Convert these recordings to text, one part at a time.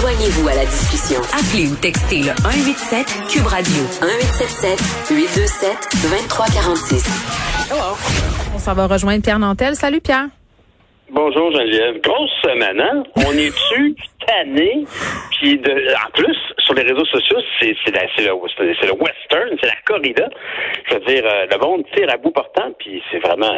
Joignez-vous à la discussion. Appelez ou textez le 187 Cube Radio. 1877-827-2346. On s'en va rejoindre Pierre Nantel. Salut Pierre. Bonjour Geneviève. Grosse semaine, hein? On est dessus, tanné, puis en plus, sur les réseaux sociaux, c'est le western, c'est la corrida. Je veux dire, le monde tire à bout portant, puis c'est vraiment...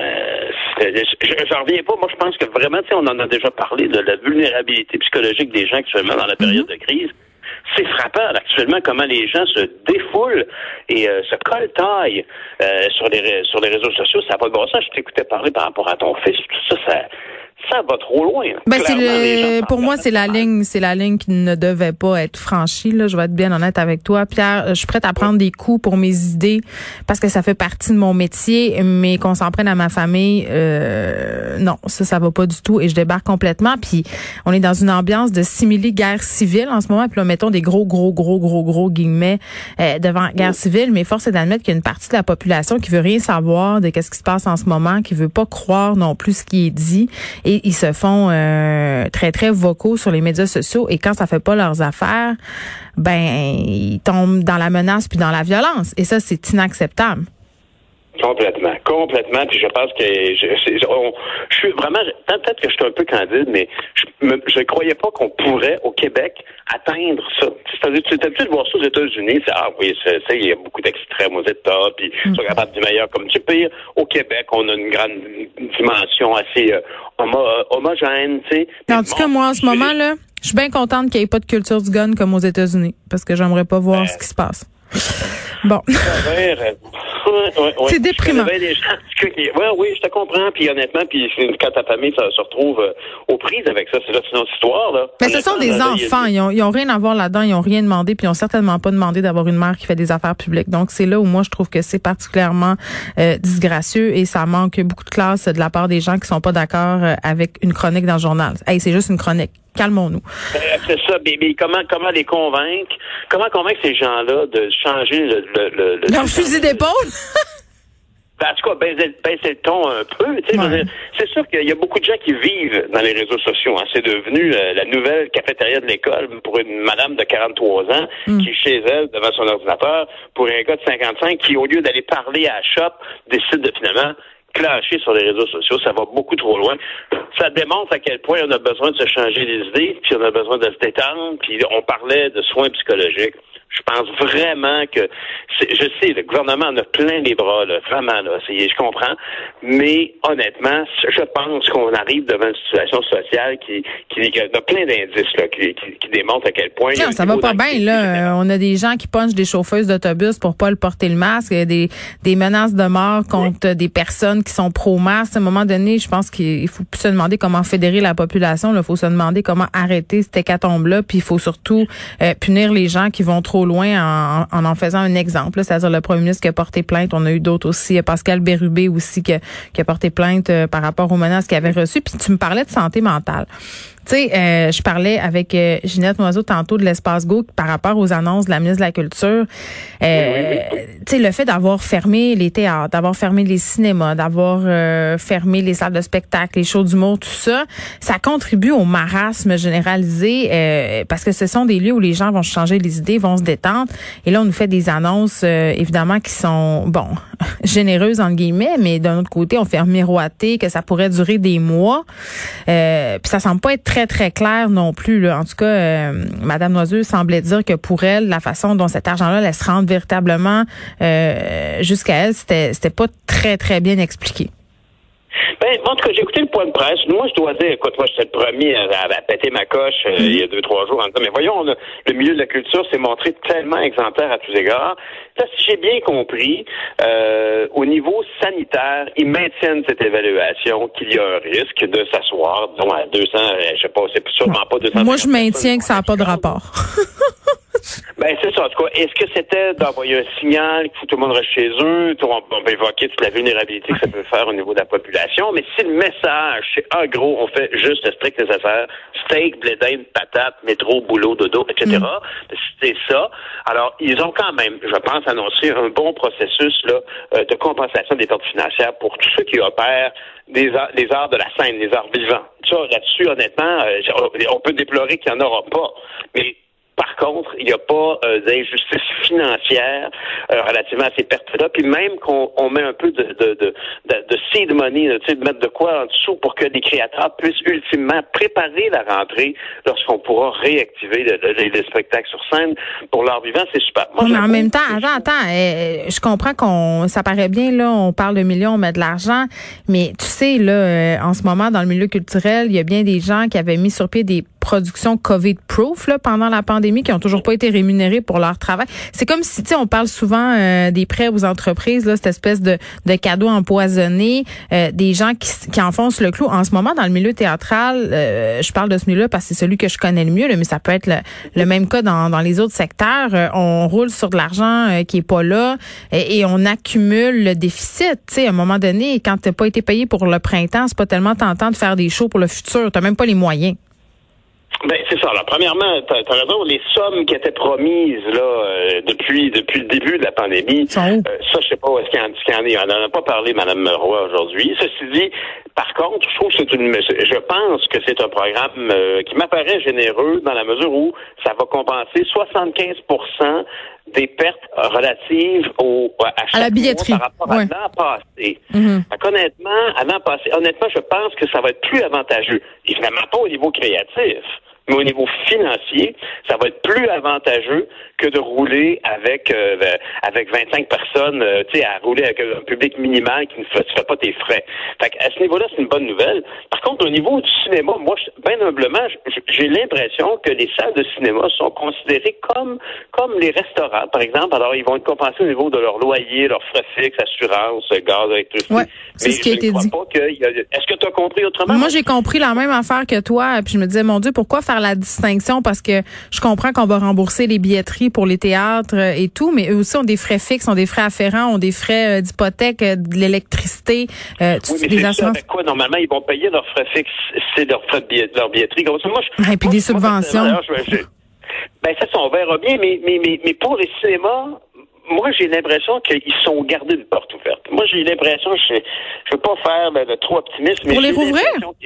j'en reviens pas. Moi, je pense que vraiment, on en a déjà parlé, de la vulnérabilité psychologique des gens actuellement dans la période de crise. C'est frappant actuellement comment les gens se défoulent et se coltaillent sur les réseaux sociaux. Ça n'a pas de bon sens. Je t'écoutais parler par rapport à ton fils. Tout ça va trop loin. Ben pour moi, c'est la ligne qui ne devait pas être franchie. Là, je vais être bien honnête avec toi, Pierre. Je suis prête à prendre des coups pour mes idées parce que ça fait partie de mon métier, mais qu'on s'en prenne à ma famille, non, ça va pas du tout et je débarque complètement. Puis on est dans une ambiance de simili-guerre civile en ce moment. Puis là, mettons des gros guillemets devant guerre civile, mais force est d'admettre qu'il y a une partie de la population qui veut rien savoir de qu'est-ce qui se passe en ce moment, qui veut pas croire non plus ce qui est dit. Et ils se font très, très vocaux sur les médias sociaux. Et quand ça fait pas leurs affaires, ben ils tombent dans la menace puis dans la violence. Et ça, c'est inacceptable. Complètement. Puis je pense que je suis vraiment, peut-être que je suis un peu candide, mais je croyais pas qu'on pourrait au Québec atteindre ça. C'est-à-dire, tu es habitué de voir ça aux États-Unis, il y a beaucoup d'extrêmes aux États, puis ils sont capables du meilleur comme du pire. Au Québec, on a une grande dimension assez homogène, tu sais. En tout cas, moi, en ce moment, là, je suis bien contente qu'il n'y ait pas de culture du gun comme aux États-Unis, parce que j'aimerais pas voir ce qui se passe. Bon. C'est déprimant. Oui, je te comprends. Puis honnêtement, quand ta famille se retrouve aux prises avec ça, c'est là une autre histoire. Là. Mais ce sont des enfants. Ils ont rien à voir là-dedans. Ils ont rien demandé. Puis ils ont certainement pas demandé d'avoir une mère qui fait des affaires publiques. Donc c'est là où moi je trouve que c'est particulièrement disgracieux et ça manque beaucoup de classe de la part des gens qui sont pas d'accord avec une chronique dans le journal. Hey, c'est juste une chronique. Calmons-nous. C'est ça, mais comment les convaincre? Comment convaincre ces gens-là de changer leur fusil d'épaule? En tout cas, baisser le ton un peu. Ouais. C'est sûr qu'il y a beaucoup de gens qui vivent dans les réseaux sociaux. Hein. C'est devenu la nouvelle cafétéria de l'école pour une madame de 43 ans qui est chez elle devant son ordinateur, pour un gars de 55 qui, au lieu d'aller parler à la shop, décide de finalement clasher sur les réseaux sociaux. Ça va beaucoup trop loin. Ça démontre à quel point on a besoin de se changer les idées, puis on a besoin de se détendre, puis on parlait de soins psychologiques. Je pense vraiment que, je sais, le gouvernement en a plein les bras, là, vraiment, là, je comprends, mais honnêtement, je pense qu'on arrive devant une situation sociale qui a plein d'indices, là, qui démontrent à quel point... Non, ça va pas bien, là. On a des gens qui punchent des chauffeuses d'autobus pour pas le porter le masque, il y a des menaces de mort contre des personnes qui sont pro-masque. À un moment donné, je pense qu'il faut plus se demander comment fédérer la population, il faut se demander comment arrêter cette hécatombe-là, puis il faut surtout punir les gens qui vont trop loin en faisant un exemple, c'est-à-dire le premier ministre qui a porté plainte. On a eu d'autres aussi, Pascal Bérubé aussi qui a porté plainte par rapport aux menaces qu'il avait reçues. Puis tu me parlais de santé mentale. Tu sais, je parlais avec Ginette Noiseau tantôt de l'Espace Go par rapport aux annonces de la ministre de la Culture. Tu sais, le fait d'avoir fermé les théâtres, d'avoir fermé les cinémas, d'avoir fermé les salles de spectacle, les shows d'humour, tout ça, ça contribue au marasme généralisé parce que ce sont des lieux où les gens vont changer les idées, vont se détendre. Et là, on nous fait des annonces, évidemment, qui sont, bon, généreuses, entre guillemets, mais d'un autre côté, on fait miroiter que ça pourrait durer des mois. Puis ça semble pas être très clair non plus, là. En tout cas, Madame Noiseau semblait dire que pour elle, la façon dont cet argent-là allait se rendre véritablement jusqu'à elle, c'était pas très bien expliqué. En tout cas, j'ai écouté le point de presse. Moi, je dois dire, écoute, moi, j'étais le premier à péter ma coche il y a 2-3 jours en disant, mais voyons, le milieu de la culture s'est montré tellement exemplaire à tous égards. Là, si j'ai bien compris, au niveau sanitaire, ils maintiennent cette évaluation qu'il y a un risque de s'asseoir, disons, à 200, je sais pas, c'est sûrement pas 200. Moi, je maintiens que ça n'a pas de rapport. Ben, c'est ça. En tout cas, est-ce que c'était d'envoyer un signal qu'il faut que tout le monde reste chez eux? On peut évoquer toute la vulnérabilité que ça peut faire au niveau de la population, mais si le message, c'est en gros, on fait juste le strict nécessaire, steak, blé d'Inde, patate, métro, boulot, dodo, etc., c'est ça. Alors, ils ont quand même, je pense, annoncé un bon processus là de compensation des pertes financières pour tous ceux qui opèrent les arts de la scène, les arts vivants. Ça, là-dessus, honnêtement, on peut déplorer qu'il n'y en aura pas. Mais par contre, il n'y a pas d'injustice financière relativement à ces pertes-là. Puis même qu'on met un peu de seed money, de mettre de quoi en dessous pour que les créateurs puissent ultimement préparer la rentrée lorsqu'on pourra réactiver les spectacles sur scène pour l'art vivant, c'est super. Moi, mais en même temps, attends, je comprends ça paraît bien, là, on parle de millions, on met de l'argent, mais tu sais, là, en ce moment, dans le milieu culturel, il y a bien des gens qui avaient mis sur pied des productions COVID-proof là, pendant la pandémie, qui ont toujours pas été rémunérés pour leur travail. C'est comme si, tu sais, on parle souvent des prêts aux entreprises, là, cette espèce de cadeau empoisonné, des gens qui enfoncent le clou. En ce moment, dans le milieu théâtral, je parle de ce milieu-là parce que c'est celui que je connais le mieux, là, mais ça peut être le même cas dans les autres secteurs. On roule sur de l'argent qui est pas là et on accumule le déficit. Tu sais, à un moment donné, quand t'as pas été payé pour le printemps, c'est pas tellement tentant de faire des shows pour le futur. T'as même pas les moyens. Ben, c'est ça. Alors, premièrement, t'as raison, les sommes qui étaient promises, là, depuis le début de la pandémie, ça, je sais pas où est-ce qu'il y en est. On n'en a pas parlé, Mme Roy, aujourd'hui. Ceci dit, par contre, je trouve que je pense que c'est un programme qui m'apparaît généreux dans la mesure où ça va compenser 75% des pertes relatives à la billetterie par rapport à l'an passé. Donc, honnêtement, je pense que ça va être plus avantageux. Évidemment pas au niveau créatif, mais au niveau financier, ça va être plus avantageux que de rouler avec 25 personnes, tu sais, à rouler avec un public minimal qui ne fait pas tes frais. Fait qu'à ce niveau-là, c'est une bonne nouvelle. Par contre, au niveau du cinéma, moi, bien humblement, j'ai l'impression que les salles de cinéma sont considérées comme les restaurants, par exemple. Alors, ils vont être compensés au niveau de leur loyer, leurs frais fixes, assurance, gaz, électricité. Ouais, c'est ce qui a été dit. Est-ce que tu as compris autrement? Moi, j'ai compris la même affaire que toi. Puis je me disais, mon Dieu, pourquoi faire la distinction? Parce que je comprends qu'on va rembourser les billetteries pour les théâtres et tout, mais eux aussi ont des frais fixes, ont des frais afférents, ont des frais d'hypothèque, de l'électricité, des assurances. Avec quoi, normalement, ils vont payer leurs frais fixes, c'est leurs frais de leur billetterie. Comme ça, et puis des subventions. Ben, ça, on verra bien, mais pour les cinémas, moi, j'ai l'impression qu'ils sont gardés une porte ouverte. Moi, j'ai l'impression, je veux pas faire de trop optimiste, mais pour les rouvrir?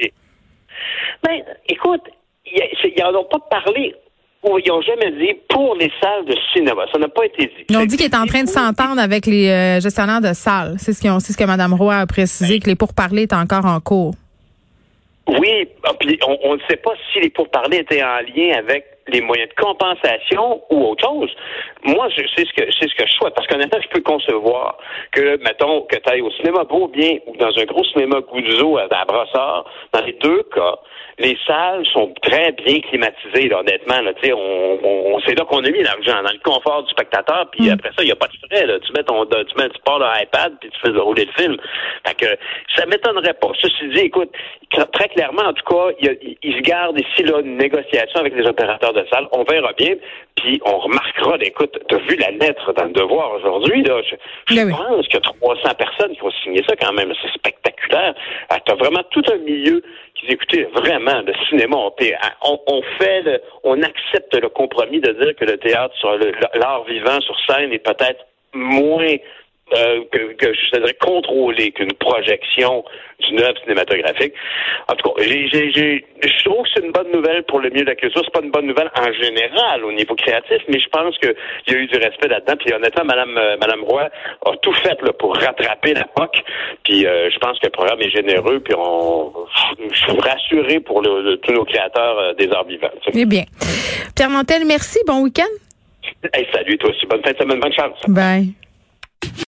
Ben, écoute, ils n'en ont pas parlé ou ils n'ont jamais dit pour les salles de cinéma. Ça n'a pas été dit. Ils ont dit qu'ils étaient en train de s'entendre avec les gestionnaires de salles. C'est ce que Mme Roy a précisé, que les pourparlers étaient encore en cours. Oui, puis on ne sait pas si les pourparlers étaient en lien avec les moyens de compensation ou autre chose. Moi, c'est ce que je souhaite, parce qu'honnêtement, je peux concevoir que, mettons, que tu ailles au cinéma Beaubien ou dans un gros cinéma Goudzo à Brossard, dans les deux cas, les salles sont très bien climatisées, là, honnêtement. Là, c'est là qu'on a mis l'argent, dans le confort du spectateur, puis après ça, il n'y a pas de frais. Là. Tu pars l'iPad, puis tu fais rouler le film. Fait que ça m'étonnerait pas. Ceci dit, écoute, très clairement, en tout cas, ils se gardent ici là une négociation avec les opérateurs de salle. On verra bien, puis on remarquera, écoute, tu as vu la lettre dans le Devoir aujourd'hui, là. Je pense qu'il y a 300 personnes qui ont signé ça quand même. C'est spectaculaire. Tu as vraiment tout un milieu qui dit, écoutez, vraiment, le cinéma, on accepte le compromis de dire que le théâtre, sur l'art vivant sur scène est peut-être moins que je dirais contrôlé qu'une projection d'une œuvre cinématographique. En tout cas, je trouve que c'est une bonne nouvelle pour le milieu de la culture. C'est pas une bonne nouvelle en général au niveau créatif, mais je pense qu'il y a eu du respect là-dedans. Puis honnêtement, Madame Roy a tout fait là, pour rattraper la POC. Puis je pense que le programme est généreux. Puis je suis rassuré pour tous nos créateurs des arts vivants. Eh bien. Pierre Nantel, merci. Bon week-end. Hey, salut toi aussi. Bonne fin de semaine. Bonne chance. Bye.